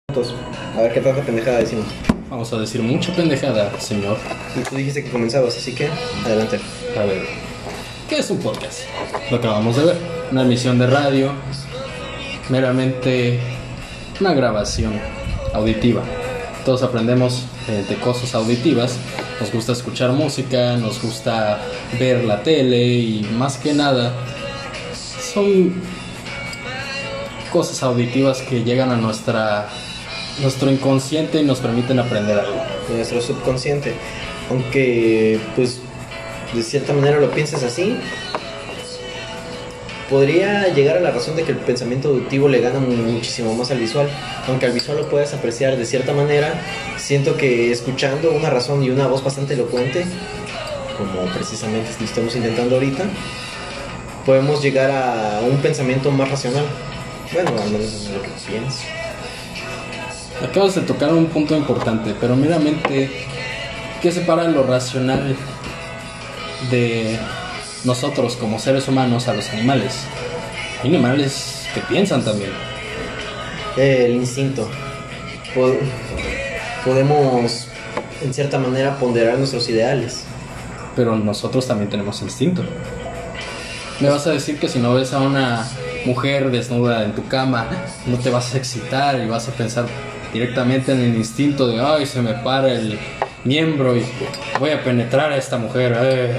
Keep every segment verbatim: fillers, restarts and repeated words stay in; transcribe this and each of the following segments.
Entonces, a ver qué tanta pendejada decimos. Vamos a decir mucha pendejada, señor. Y tú dijiste que comenzabas, así que adelante. A ver, ¿qué es un podcast? Lo acabamos de ver. Una emisión de radio, meramente una grabación auditiva. Todos aprendemos eh, de cosas auditivas. Nos gusta escuchar música, nos gusta ver la tele y más que nada son cosas auditivas que llegan a nuestra nuestro inconsciente y nos permiten aprender algo. Nuestro subconsciente. Aunque, pues, de cierta manera lo piensas así, podría llegar a la razón de que el pensamiento auditivo le gana muchísimo más al visual. Aunque al visual lo puedes apreciar de cierta manera, siento que escuchando una razón y una voz bastante elocuente, como precisamente lo estamos intentando ahorita, podemos llegar a un pensamiento más racional. Bueno, al menos eso es lo que pienso. Acabas de tocar un punto importante, pero meramente, ¿qué separa lo racional de nosotros como seres humanos a los animales? Hay animales que piensan también. El instinto. Pod- podemos, en cierta manera, ponderar nuestros ideales. Pero nosotros también tenemos instinto. ¿Me vas a decir que si no ves a una mujer desnuda en tu cama, no te vas a excitar y vas a pensar directamente en el instinto de ay, se me para el miembro y voy a penetrar a esta mujer? Eh.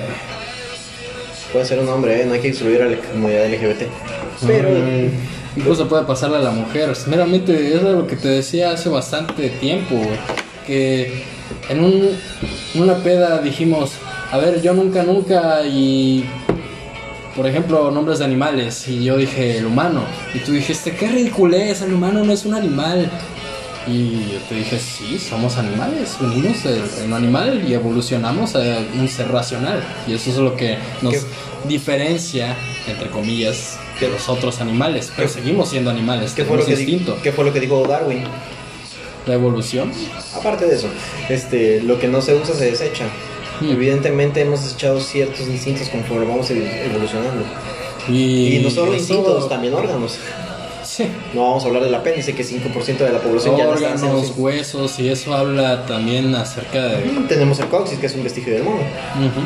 Puede ser un hombre, ¿eh? No hay que excluir a la comunidad L G B T. Pero... Mm, incluso puede pasarle a la mujer. Meramente es lo que te decía hace bastante tiempo, güey, que en, un, en una peda dijimos, a ver, yo nunca, nunca, y por ejemplo, nombres de animales, y yo dije el humano, y tú dijiste, qué ridiculez, el humano no es un animal. Y yo te dije, sí, somos animales, venimos del reino animal y evolucionamos a un ser racional. Y eso es lo que nos ¿Qué? diferencia, entre comillas, de los otros animales. Pero seguimos siendo animales, ¿Qué fue, lo tenemos que instinto. di- ¿Qué fue lo que dijo Darwin? La evolución. Aparte de eso, este, lo que no se usa se desecha. Hmm. Evidentemente hemos desechado ciertos instintos conforme vamos evolucionando. Y, Y no solo eso- instintos, también órganos. Sí. No vamos a hablar del apéndice, que cinco por ciento de la población ya no está haciendo Órganos, así. huesos, y eso habla también acerca de... Mm, Tenemos el coxis, que es un vestigio del mono. Ujú.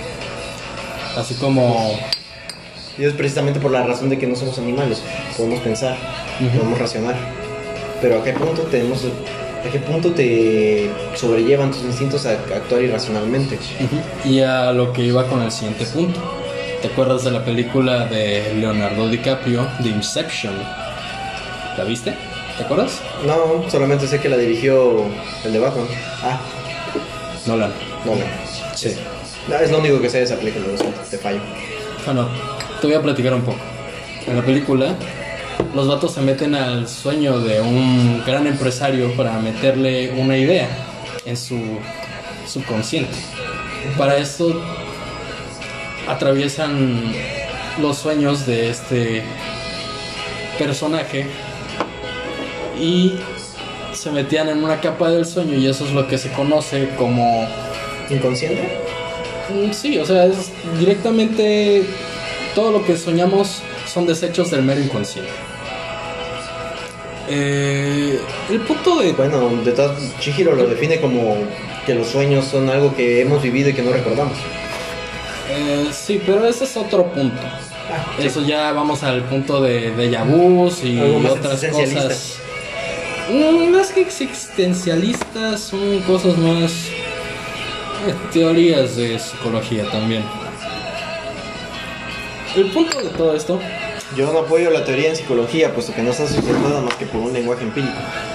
Así como... Y es precisamente por la razón de que no somos animales. Podemos pensar, Ujú. podemos racionar. Pero ¿a qué punto tenemos, a qué punto te sobrellevan tus instintos a, a actuar irracionalmente? Ujú. Y a lo que iba con el siguiente punto. ¿Te acuerdas de la película de Leonardo DiCaprio, The Inception? ¿La viste? ¿Te acuerdas? No, solamente sé que la dirigió el de Batman. Ah, Nolan. no, no. Sí. No, es lo único que sé de esa película, lo siento, te fallo. Bueno, te voy a platicar un poco. En la película, los vatos se meten al sueño de un gran empresario para meterle una idea en su subconsciente. Para esto atraviesan los sueños de este personaje y se metían en una capa del sueño, y eso es lo que se conoce como... ¿Inconsciente? Mm, Sí, o sea, es directamente todo lo que soñamos son desechos del mero inconsciente. Eh, el punto de... Bueno, de todas, Chihiro lo define como que los sueños son algo que hemos vivido y que no recordamos. eh, sí, pero ese es otro punto. Ah, sí. Eso ya vamos al punto de déjà vus y Algo más otras existencialista. cosas. Mm, Más que existencialistas, son cosas más... eh, teorías de psicología también. El punto de todo esto... Yo no apoyo la teoría en psicología, puesto que no está sustentada más que por un lenguaje empírico.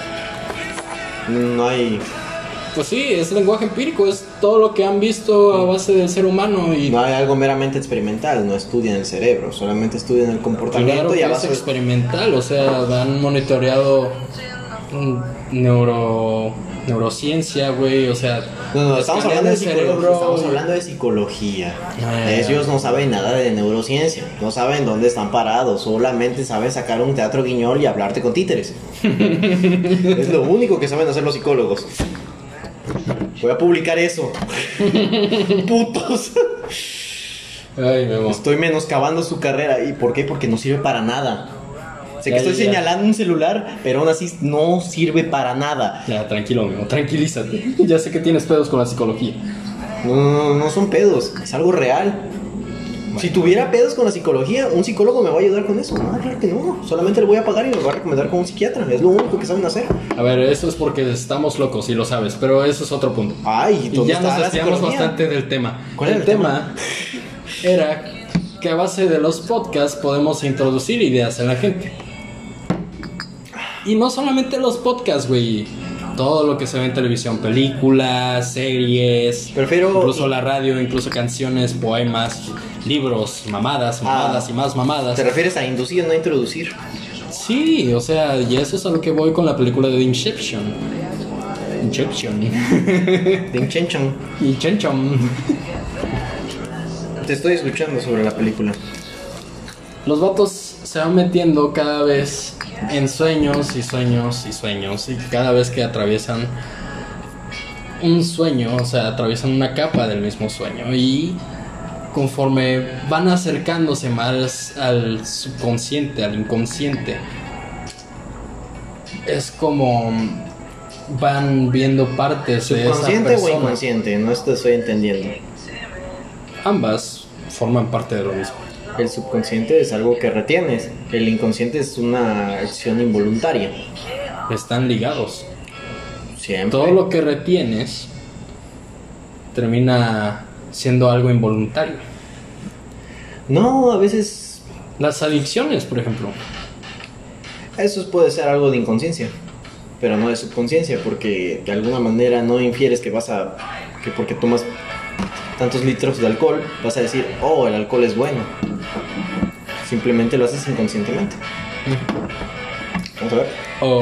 No hay, Pues sí, es lenguaje empírico, es todo lo que han visto a base del ser humano y no hay algo meramente experimental, no estudian el cerebro, solamente estudian el comportamiento claro y que a es base de... experimental, o sea, han monitoreado mm, neuro neurociencia, güey, o sea, No, no, estamos hablando de escanean el psicología. cerebro. Estamos hablando de psicología. Ah, Ellos no saben nada de neurociencia, no saben dónde están parados, solamente saben sacar un teatro guiñol y hablarte con títeres. Es lo único que saben hacer los psicólogos. Voy a publicar eso. Putos. Ay, me voy. Estoy menoscabando su carrera. ¿Y por qué? Porque no sirve para nada. Sé Ya, que estoy ya, ya. señalando un celular, pero aún así no sirve para nada. Ya, tranquilo, amigo, tranquilízate. Ya sé que tienes pedos con la psicología. No, no, no son pedos, es algo real. Si tuviera pedos con la psicología, un psicólogo me va a ayudar con eso. No, claro que no. Solamente le voy a pagar y me va a recomendar con un psiquiatra. Es lo único que saben hacer. A ver, eso es porque estamos locos y lo sabes, pero eso es otro punto. Ay, Y ¿dónde ya nos está la desviamos psicología? bastante del tema. ¿Cuál era el el tema? Era que a base de los podcasts podemos introducir ideas en la gente. Y no solamente los podcasts, güey. Todo lo que se ve en televisión, películas, series, Prefiero- incluso la radio, incluso canciones, poemas, libros, mamadas, mamadas Ah. y más mamadas. ¿Te refieres a inducir, no a introducir? Sí, o sea, y eso es a lo que voy con la película de Inception. Inception. Ding Chen Chong. Inception. Te estoy escuchando sobre la película. Los vatos se van metiendo cada vez en sueños y sueños y sueños. Y cada vez que atraviesan un sueño, o sea, atraviesan una capa del mismo sueño. Y conforme van acercándose más al subconsciente, al inconsciente, es como van viendo partes de esa ¿Subconsciente o persona. inconsciente? No te estoy entendiendo. Ambas forman parte de lo mismo. El subconsciente es algo que retienes. El inconsciente es una acción involuntaria. Están ligados. Siempre. Todo lo que retienes termina siendo algo involuntario. No, a veces Las adicciones, por ejemplo. eso puede ser algo de inconsciencia, pero no de subconsciencia, porque de alguna manera no infieres que vas a... que porque tomas tantos litros de alcohol, vas a decir, oh, el alcohol es bueno. Simplemente lo haces inconscientemente. Vamos a ver. O